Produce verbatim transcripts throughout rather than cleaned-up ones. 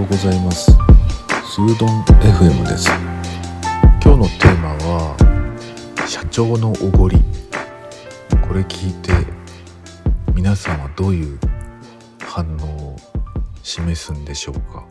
ございます。スードン エフエム です。今日のテーマは社長のおごり。これ聞いて皆さんはどういう反応を示すんでしょうか。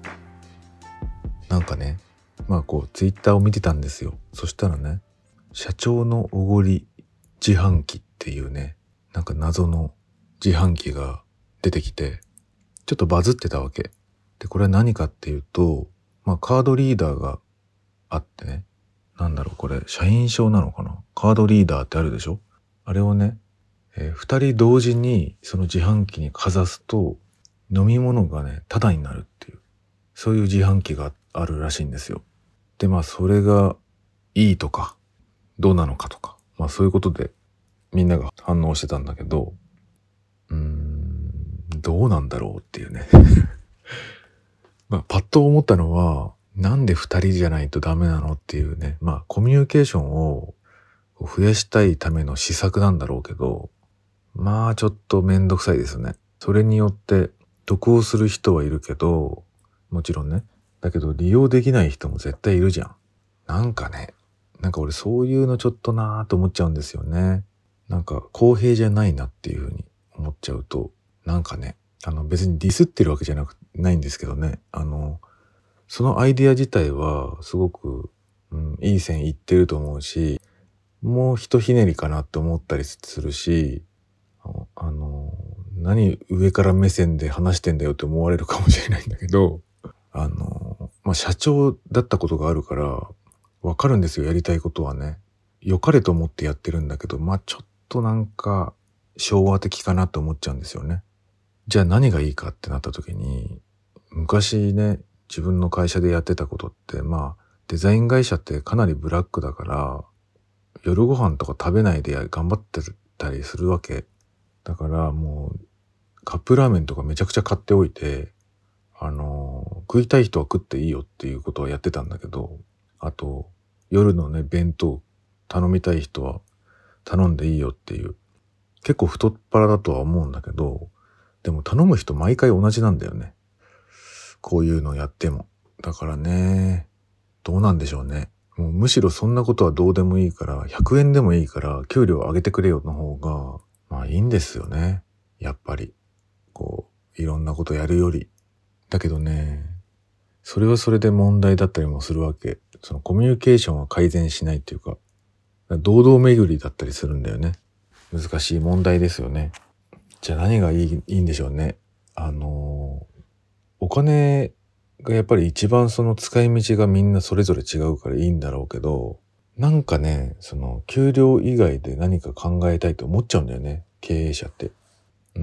なんかね、まあこうツイッターを見てたんですよ。そしたらね、社長のおごり自販機っていうね、なんか謎の自販機が出てきて、ちょっとバズってたわけ。で、これは何かっていうと、まあカードリーダーがあってね、なんだろうこれ、社員証なのかな？カードリーダーってあるでしょ？あれをね、えー、二人同時にその自販機にかざすと、飲み物がね、タダになるっていう、そういう自販機があるらしいんですよ。で、まあそれがいいとか、どうなのかとか、まあそういうことでみんなが反応してたんだけど、うーん、どうなんだろうっていうね。まあパッと思ったのは、なんで二人じゃないとダメなのっていうね、まあコミュニケーションを増やしたいための施策なんだろうけど、まあちょっとめんどくさいですよね。それによって得をする人はいるけど、もちろんね。だけど利用できない人も絶対いるじゃん。なんかね、なんか俺そういうのちょっとなーと思っちゃうんですよね。なんか公平じゃないなっていうふうに思っちゃうと、なんかね、あの別にディスってるわけじゃなくないんですけどね。あの、そのアイディア自体はすごく、うん、いい線いってると思うし、もうひとひねりかなって思ったりするし、あの、何上から目線で話してんだよって思われるかもしれないんだけど、あの、まあ、社長だったことがあるから、わかるんですよ、やりたいことはね。良かれと思ってやってるんだけど、まあ、ちょっとなんか、昭和的かなって思っちゃうんですよね。じゃあ何がいいかってなった時に、昔ね、自分の会社でやってたことって、まあ、デザイン会社ってかなりブラックだから、夜ご飯とか食べないで頑張ってたりするわけ。だからもう、カップラーメンとかめちゃくちゃ買っておいて、あの、食いたい人は食っていいよっていうことをやってたんだけど、あと、夜のね、弁当頼みたい人は頼んでいいよっていう、結構太っ腹だとは思うんだけど、でも頼む人毎回同じなんだよね。こういうのやっても。だからね、どうなんでしょうね。もうむしろそんなことはどうでもいいから、ひゃくえんでもいいから給料上げてくれよの方が、まあいいんですよね。やっぱり。こう、いろんなことやるより。だけどね、それはそれで問題だったりもするわけ。そのコミュニケーションは改善しないっていうか、堂々巡りだったりするんだよね。難しい問題ですよね。じゃあ何がいい、いいんでしょうね。あの、お金がやっぱり一番その使い道がみんなそれぞれ違うからいいんだろうけど、なんかね、その給料以外で何か考えたいと思っちゃうんだよね。経営者って。うん、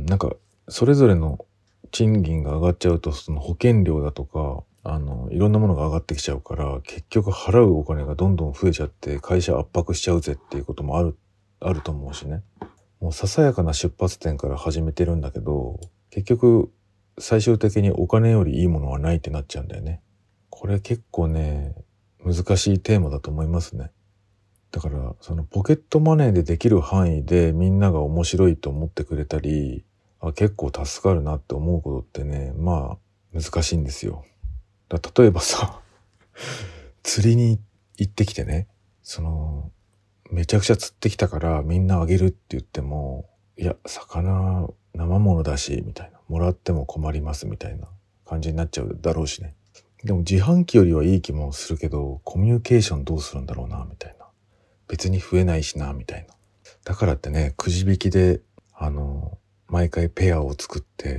なんかそれぞれの賃金が上がっちゃうと、その保険料だとか、あの、いろんなものが上がってきちゃうから、結局払うお金がどんどん増えちゃって、会社圧迫しちゃうぜっていうこともある、あると思うしね。もうささやかな出発点から始めてるんだけど、結局、最終的にお金よりいいものはないってなっちゃうんだよね。これ結構ね、難しいテーマだと思いますね。だから、そのポケットマネーでできる範囲でみんなが面白いと思ってくれたり、あ、結構助かるなって思うことってね、まあ難しいんですよ。だ例えばさ、釣りに行ってきてね、その、めちゃくちゃ釣ってきたからみんなあげるって言っても、いや、魚生物だし、みたいな。もらっても困りますみたいな感じになっちゃうだろうしね。でも自販機よりはいい気もするけど、コミュニケーションどうするんだろうな、みたいな。別に増えないしな、みたいな。だからってね、くじ引きで、あの、毎回ペアを作って、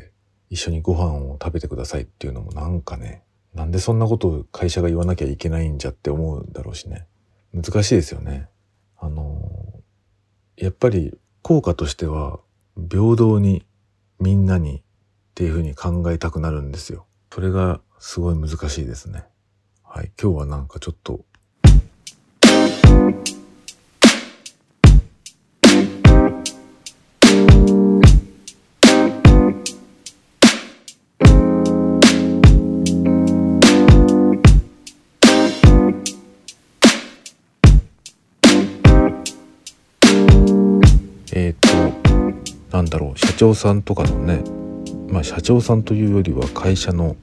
一緒にご飯を食べてくださいっていうのもなんかね、なんでそんなことを会社が言わなきゃいけないんじゃって思うだろうしね。難しいですよね。あの、やっぱり効果としては、平等にみんなにっていうふうに考えたくなるんですよ。それがすごい難しいですね。はい、今日はなんかちょっとえっとなんだろう、社長さんとかのね、まあ社長さんというよりは会社の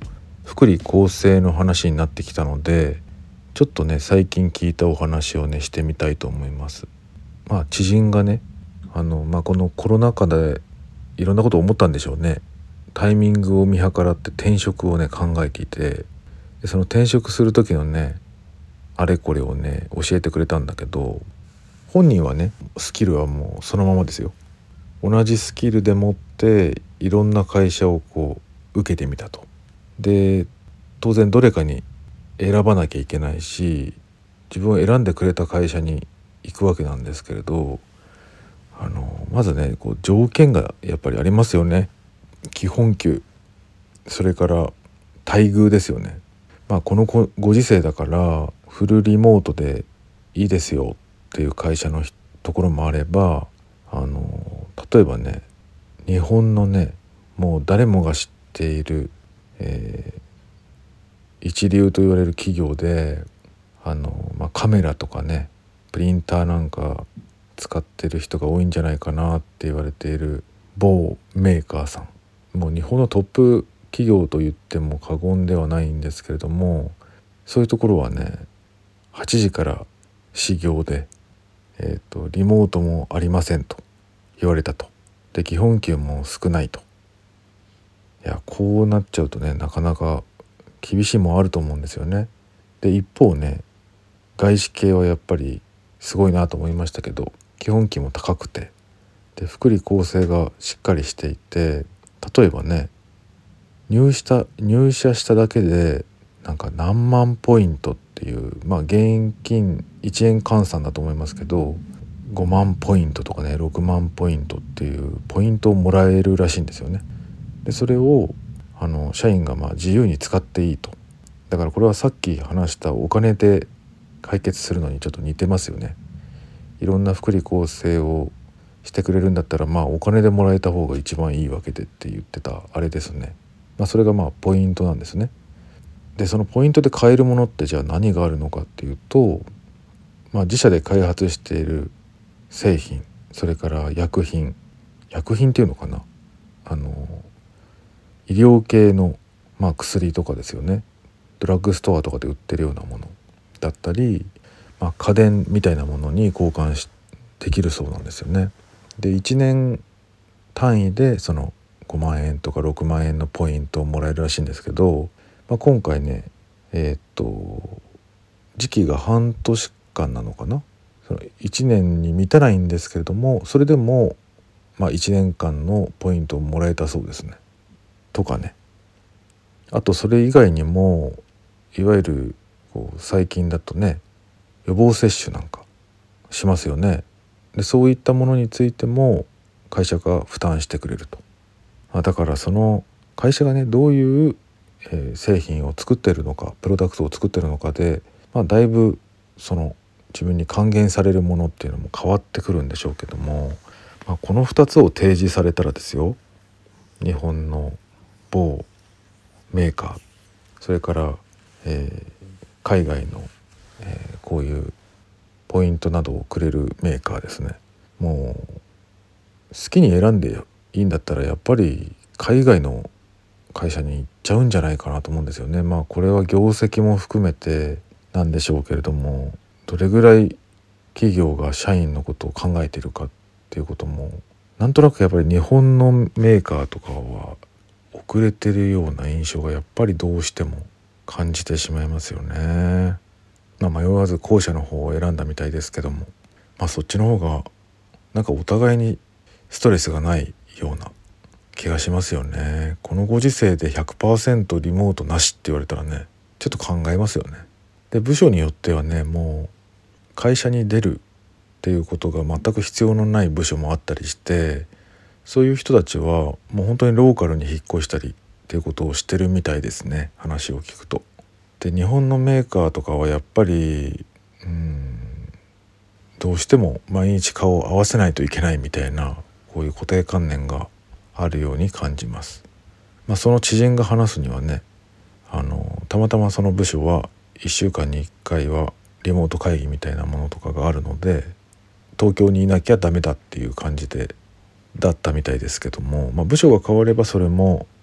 福利厚生の話になってきたので、ちょっとね最近聞いたお話をねしてみたいと思います。まあ知人がねあの、まあ、このコロナ禍でいろんなことを思ったんでしょうね。タイミングを見計らって転職をね考えていて、でその転職する時のねあれこれをね教えてくれたんだけど、本人はねスキルはもうそのままですよ。同じスキルでもっていろんな会社をこう受けてみたと。で当然どれかに選ばなきゃいけないし、自分を選んでくれた会社に行くわけなんですけれど、あのまずねこう条件がやっぱりありますよね。基本給、それから待遇ですよね。まあこのご時世だからフルリモートでいいですよっていう会社のところもあれば、あの例えばね日本のねもう誰もが知っている、えー一流と言われる企業であの、まあ、カメラとかねプリンターなんか使ってる人が多いんじゃないかなって言われている某メーカーさん、もう日本のトップ企業と言っても過言ではないんですけれども、そういうところはねはちじから始業で、えーと、リモートもありませんと言われたと。で基本給も少ないと。いやこうなっちゃうとねなかなか厳しいもんあると思うんですよね。で一方ね外資系はやっぱりすごいなと思いましたけど、基本給も高くて、で福利厚生がしっかりしていて、例えばね入社入社しただけでなんか何万ポイントっていう、まあ現金いちえん換算だと思いますけどごまんポイントとかねろくまんポイントっていうポイントをもらえるらしいんですよね。でそれをあの社員がまあ自由に使っていいと。だからこれはさっき話したお金で解決するのにちょっと似てますよね。いろんな福利厚生をしてくれるんだったらまあお金でもらえた方が一番いいわけでって言ってたあれですね。まあ、それがまあポイントなんですね。でそのポイントで買えるものってじゃあ何があるのかっていうと、まあ、自社で開発している製品、それから薬品薬品っていうのかな、あの医療系の、まあ、薬とかですよね。ドラッグストアとかで売ってるようなものだったり、まあ、家電みたいなものに交換しできるそうなんですよね。でいちねん単位でそのごまんえんとかろくまんえんのポイントをもらえるらしいんですけど、まあ、今回ねえー、っと時期が半年間なのかな、そのいちねんに満たないんですけれども、それでもまあいちねんかんのポイントをもらえたそうですね。とかね、あとそれ以外にもいわゆるこう最近だとね予防接種なんかしますよね。でそういったものについても会社が負担してくれると。あだからその会社がねどういう、えー、製品を作っているのかプロダクトを作っているのかで、まあ、だいぶその自分に還元されるものっていうのも変わってくるんでしょうけども、まあ、このふたつを提示されたらですよ、日本の某メーカー、それから、えー、海外の、えー、こういうポイントなどをくれるメーカーですね、もう好きに選んでいいんだったらやっぱり海外の会社に行っちゃうんじゃないかなと思うんですよね。まあこれは業績も含めてなんでしょうけれども、どれぐらい企業が社員のことを考えているかっていうこともなんとなくやっぱり日本のメーカーとかは遅れてるような印象がやっぱりどうしても感じてしまいますよね。まあ、迷わず後者の方を選んだみたいですけども、まあ、そっちの方がなんかお互いにストレスがないような気がしますよね。このご時世で ひゃくパーセント リモートなしって言われたらねちょっと考えますよね。で部署によってはねもう会社に出るっていうことが全く必要のない部署もあったりして、そういう人たちはもう本当にローカルに引っ越したりっていうことをしてるみたいですね、話を聞くと。で日本のメーカーとかはやっぱりうーんどうしても毎日顔を合わせないといけないみたいなこういう固定観念があるように感じます。まあ、その知人が話すにはねあのたまたまその部署はいっしゅうかんにいっかいはリモート会議みたいなものとかがあるので東京にいなきゃダメだっていう感じでだったみたいですけども、まあ、部署が変わればそれも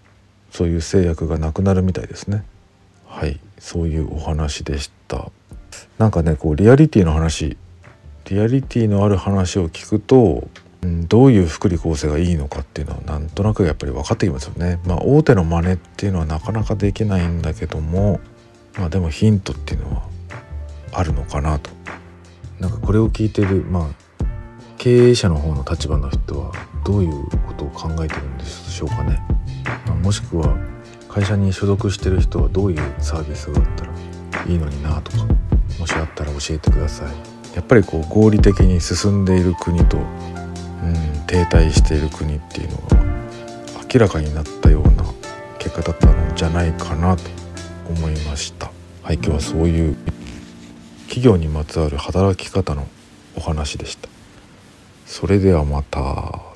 そういう制約がなくなるみたいですね。はい、そういうお話でした。なんかねこうリアリティの話リアリティのある話を聞くと、うん、どういう福利厚生がいいのかっていうのはなんとなくやっぱり分かってきますよね。まあ大手の真似っていうのはなかなかできないんだけども、まあでもヒントっていうのはあるのかなと。なんかこれを聞いてるまあ経営者の方の立場の人はどういうことを考えてるんでしょうかね。まあ、もしくは会社に所属してる人はどういうサービスがあったらいいのになとか、もしあったら教えてください。やっぱりこう合理的に進んでいる国と、うん、停滞している国っていうのが明らかになったような結果だったのじゃないかなと思いました。はい、今日はそういう企業にまつわる働き方のお話でした。それではまた。